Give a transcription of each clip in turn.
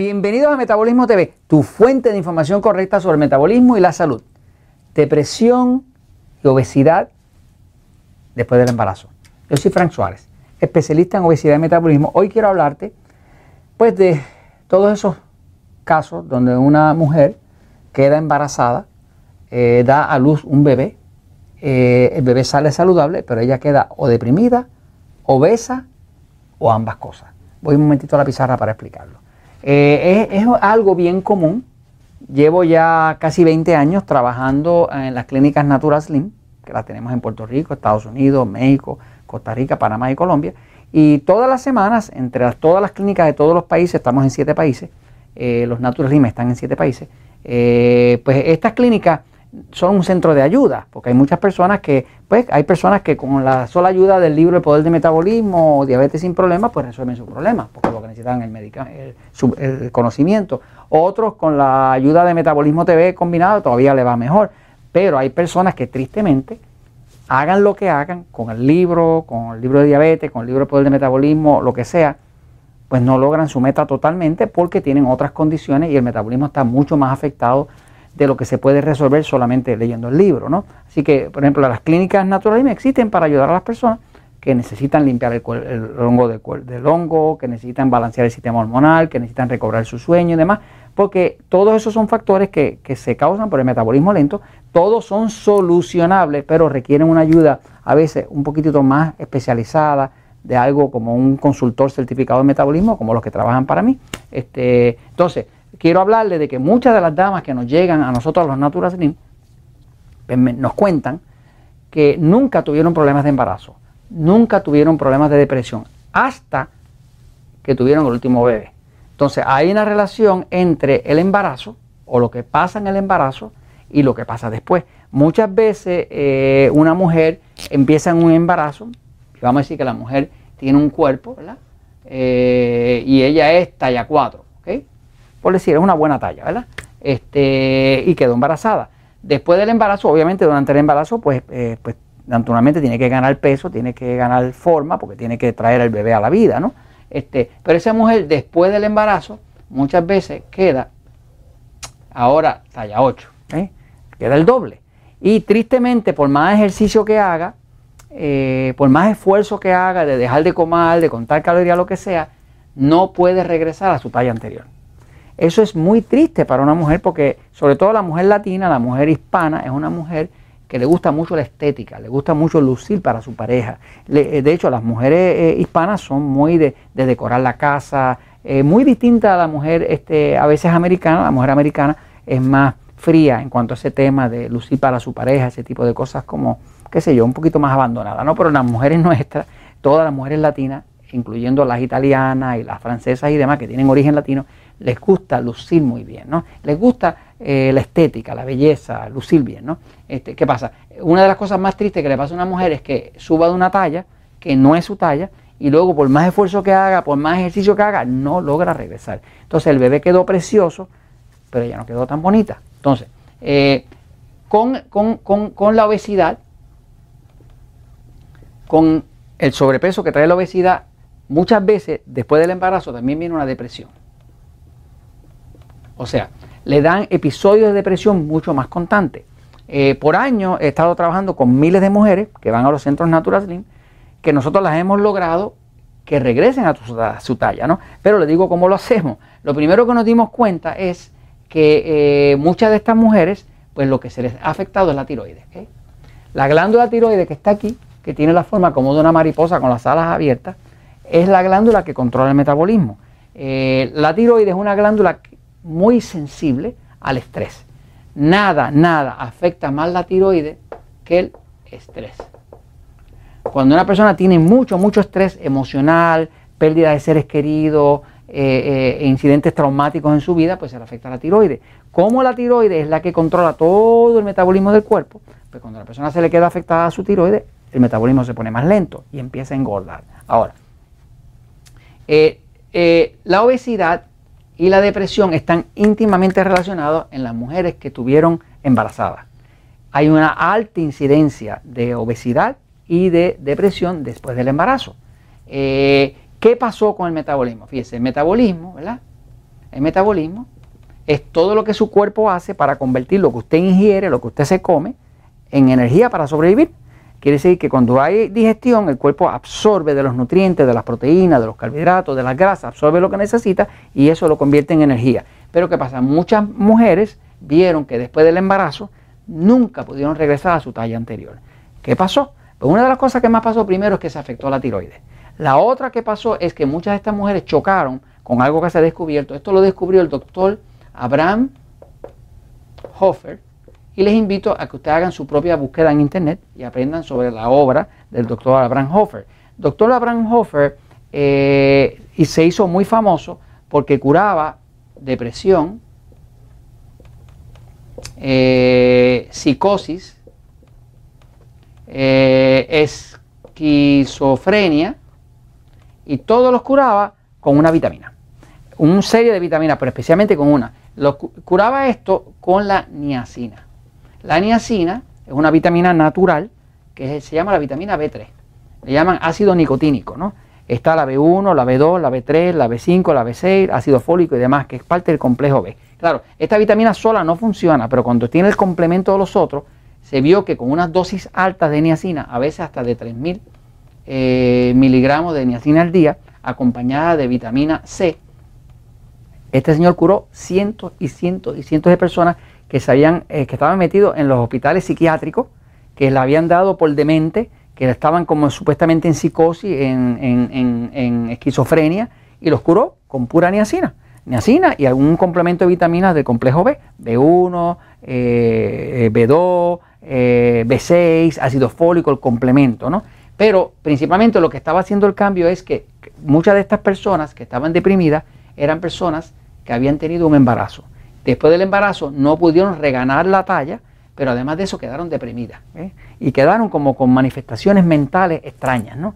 Bienvenidos a Metabolismo TV, tu fuente de información correcta sobre el metabolismo y la salud. Depresión y obesidad después del embarazo. Yo soy Frank Suárez, especialista en obesidad y metabolismo. Hoy quiero hablarte pues de todos esos casos donde una mujer queda embarazada, da a luz un bebé, el bebé sale saludable, pero ella queda o deprimida, obesa o ambas cosas. Voy un momentito a la pizarra para explicarlo. Es algo bien común. Llevo ya casi 20 años trabajando en las clínicas Natural Slim, que las tenemos en Puerto Rico, Estados Unidos, México, Costa Rica, Panamá y Colombia. Y todas las semanas, todas las clínicas de todos los países, estamos en 7 países, los Natural Slim están en 7 países, pues estas clínicas son un centro de ayuda, porque hay muchas personas que, pues hay personas que con la sola ayuda del libro El Poder del Metabolismo o Diabetes sin Problemas, pues resuelven sus problemas, porque lo que necesitan es el conocimiento. Otros con la ayuda de Metabolismo TV combinado todavía le va mejor, pero hay personas que tristemente, hagan lo que hagan con el libro de diabetes, con el libro El Poder del Metabolismo, lo que sea, pues no logran su meta totalmente porque tienen otras condiciones y el metabolismo está mucho más afectado de lo que se puede resolver solamente leyendo el libro, ¿no? Así que, por ejemplo, las clínicas naturales existen para ayudar a las personas que necesitan limpiar el hongo del hongo, que necesitan balancear el sistema hormonal, que necesitan recobrar su sueño y demás, porque todos esos son factores que se causan por el metabolismo lento. Todos son solucionables, pero requieren una ayuda a veces un poquitito más especializada, de algo como un consultor certificado de metabolismo, como los que trabajan para mí. Entonces, quiero hablarle de que muchas de las damas que nos llegan a nosotros, a los Natural Slim, nos cuentan que nunca tuvieron problemas de embarazo, nunca tuvieron problemas de depresión, hasta que tuvieron el último bebé. Entonces, hay una relación entre el embarazo, o lo que pasa en el embarazo, y lo que pasa después. Muchas veces una mujer empieza en un embarazo, y vamos a decir que la mujer tiene un cuerpo, ¿verdad? Y ella es talla 4, ¿ok? Por decir, es una buena talla, ¿verdad? Y quedó embarazada. Después del embarazo, obviamente durante el embarazo, pues naturalmente tiene que ganar peso, tiene que ganar forma, porque tiene que traer al bebé a la vida, ¿no? Pero esa mujer después del embarazo, muchas veces queda ahora talla 8, queda el doble. Y tristemente, por más ejercicio que haga, por más esfuerzo que haga de dejar de comer, de contar calorías, lo que sea, no puede regresar a su talla anterior. Eso es muy triste para una mujer porque, sobre todo la mujer latina, la mujer hispana, es una mujer que le gusta mucho la estética, le gusta mucho lucir para su pareja. De hecho, las mujeres hispanas son muy de decorar la casa, muy distinta a la mujer a veces americana. La mujer americana es más fría en cuanto a ese tema de lucir para su pareja, ese tipo de cosas como, qué sé yo, un poquito más abandonada, ¿no? Pero las mujeres nuestras, todas las mujeres latinas, incluyendo las italianas y las francesas y demás que tienen origen latino, les gusta lucir muy bien, ¿no? Les gusta la estética, la belleza, lucir bien, ¿no? ¿Qué pasa? Una de las cosas más tristes que le pasa a una mujer es que suba de una talla que no es su talla y luego por más esfuerzo que haga, por más ejercicio que haga, no logra regresar. Entonces el bebé quedó precioso, pero ella no quedó tan bonita. Entonces, con la obesidad, con el sobrepeso que trae la obesidad, muchas veces después del embarazo también viene una depresión. O sea, le dan episodios de depresión mucho más constantes. Por años he estado trabajando con miles de mujeres que van a los centros Natural Slim, que nosotros las hemos logrado que regresen a su talla, ¿no? Pero les digo cómo lo hacemos. Lo primero que nos dimos cuenta es que muchas de estas mujeres, pues lo que se les ha afectado es la tiroides, ¿okay? La glándula tiroides que está aquí, que tiene la forma como de una mariposa con las alas abiertas, es la glándula que controla el metabolismo. La tiroides es una glándula muy sensible al estrés. Nada afecta más la tiroides que el estrés. Cuando una persona tiene mucho estrés emocional, pérdida de seres queridos, incidentes traumáticos en su vida, pues se le afecta la tiroides. Como la tiroides es la que controla todo el metabolismo del cuerpo, pues cuando a la persona se le queda afectada a su tiroides, el metabolismo se pone más lento y empieza a engordar. Ahora, la obesidad y la depresión están íntimamente relacionados en las mujeres que tuvieron embarazadas. Hay una alta incidencia de obesidad y de depresión después del embarazo. ¿Qué pasó con el metabolismo? Fíjese, el metabolismo, ¿verdad? El metabolismo es todo lo que su cuerpo hace para convertir lo que usted ingiere, lo que usted se come, en energía para sobrevivir. Quiere decir que cuando hay digestión, el cuerpo absorbe de los nutrientes, de las proteínas, de los carbohidratos, de las grasas, absorbe lo que necesita y eso lo convierte en energía. Pero ¿qué pasa? Muchas mujeres vieron que después del embarazo nunca pudieron regresar a su talla anterior. ¿Qué pasó? Pues una de las cosas que más pasó primero es que se afectó la tiroides. La otra que pasó es que muchas de estas mujeres chocaron con algo que se ha descubierto. Esto lo descubrió el doctor Abraham Hoffer. Y les invito a que ustedes hagan su propia búsqueda en internet y aprendan sobre la obra del doctor Abraham Hoffer. Doctor Abraham Hoffer y se hizo muy famoso porque curaba depresión, psicosis, esquizofrenia y todos los curaba con una vitamina. Una serie de vitaminas, pero especialmente con una. Curaba esto con la niacina. La niacina es una vitamina natural que se llama la vitamina B3. Le llaman ácido nicotínico, ¿no? Está la B1, la B2, la B3, la B5, la B6, ácido fólico y demás, que es parte del complejo B. Claro, esta vitamina sola no funciona, pero cuando tiene el complemento de los otros, se vio que con unas dosis altas de niacina, a veces hasta de 3000 miligramos de niacina al día, acompañada de vitamina C, este señor curó cientos y cientos y cientos de personas que estaban metidos en los hospitales psiquiátricos, que le habían dado por demente, que estaban como supuestamente en psicosis, en esquizofrenia, y los curó con pura niacina. Niacina y algún complemento de vitaminas del complejo B, B1, B2, B6, ácido fólico, el complemento, ¿no? Pero principalmente lo que estaba haciendo el cambio es que muchas de estas personas que estaban deprimidas eran personas que habían tenido un embarazo. Después del embarazo no pudieron reganar la talla, pero además de eso quedaron deprimidas, y quedaron como con manifestaciones mentales extrañas, ¿no?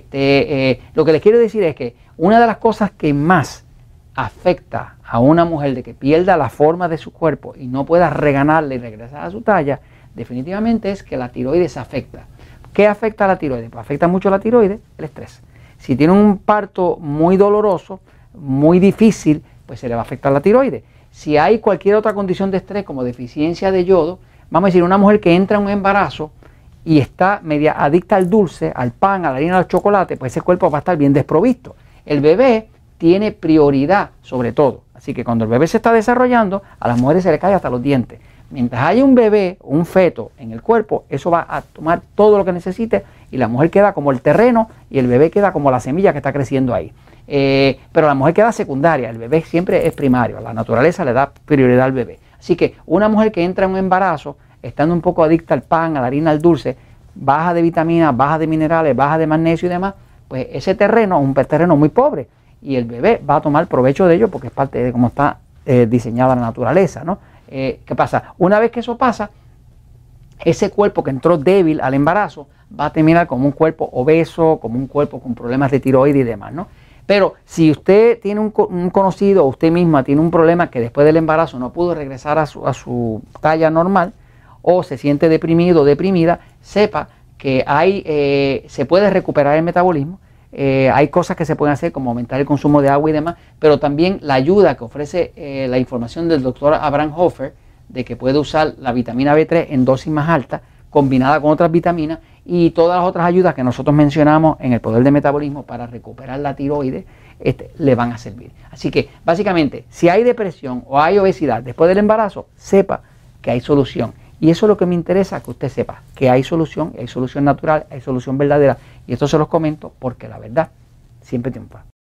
Lo que les quiero decir es que una de las cosas que más afecta a una mujer de que pierda la forma de su cuerpo y no pueda reganarla y regresar a su talla, definitivamente es que la tiroides afecta. ¿Qué afecta a la tiroides? Pues afecta mucho la tiroides, el estrés. Si tiene un parto muy doloroso, muy difícil, pues se le va a afectar la tiroides. Si hay cualquier otra condición de estrés como deficiencia de yodo, vamos a decir, una mujer que entra en un embarazo y está media adicta al dulce, al pan, a la harina, al chocolate, pues ese cuerpo va a estar bien desprovisto. El bebé tiene prioridad sobre todo. Así que cuando el bebé se está desarrollando, a las mujeres se le cae hasta los dientes. Mientras haya un bebé, un feto en el cuerpo, eso va a tomar todo lo que necesite y la mujer queda como el terreno y el bebé queda como la semilla que está creciendo ahí. Pero la mujer queda secundaria, el bebé siempre es primario, la naturaleza le da prioridad al bebé. Así que una mujer que entra en un embarazo, estando un poco adicta al pan, a la harina, al dulce, baja de vitaminas, baja de minerales, baja de magnesio y demás, pues ese terreno es un terreno muy pobre y el bebé va a tomar provecho de ello porque es parte de cómo está diseñada la naturaleza, ¿no? ¿Qué pasa? Una vez que eso pasa, ese cuerpo que entró débil al embarazo va a terminar como un cuerpo obeso, como un cuerpo con problemas de tiroides y demás, ¿no? Pero si usted tiene un conocido o usted misma tiene un problema que después del embarazo no pudo regresar a su talla normal o se siente deprimido o deprimida, sepa que se puede recuperar el metabolismo. Hay cosas que se pueden hacer como aumentar el consumo de agua y demás, pero también la ayuda que ofrece la información del doctor Abraham Hoffer de que puede usar la vitamina B3 en dosis más altas combinada con otras vitaminas y todas las otras ayudas que nosotros mencionamos en el poder de metabolismo para recuperar la tiroides, le van a servir. Así que básicamente, si hay depresión o hay obesidad después del embarazo, sepa que hay solución. Y eso es lo que me interesa que usted sepa, que hay solución natural, hay solución verdadera. Y esto se los comento porque la verdad siempre triunfa.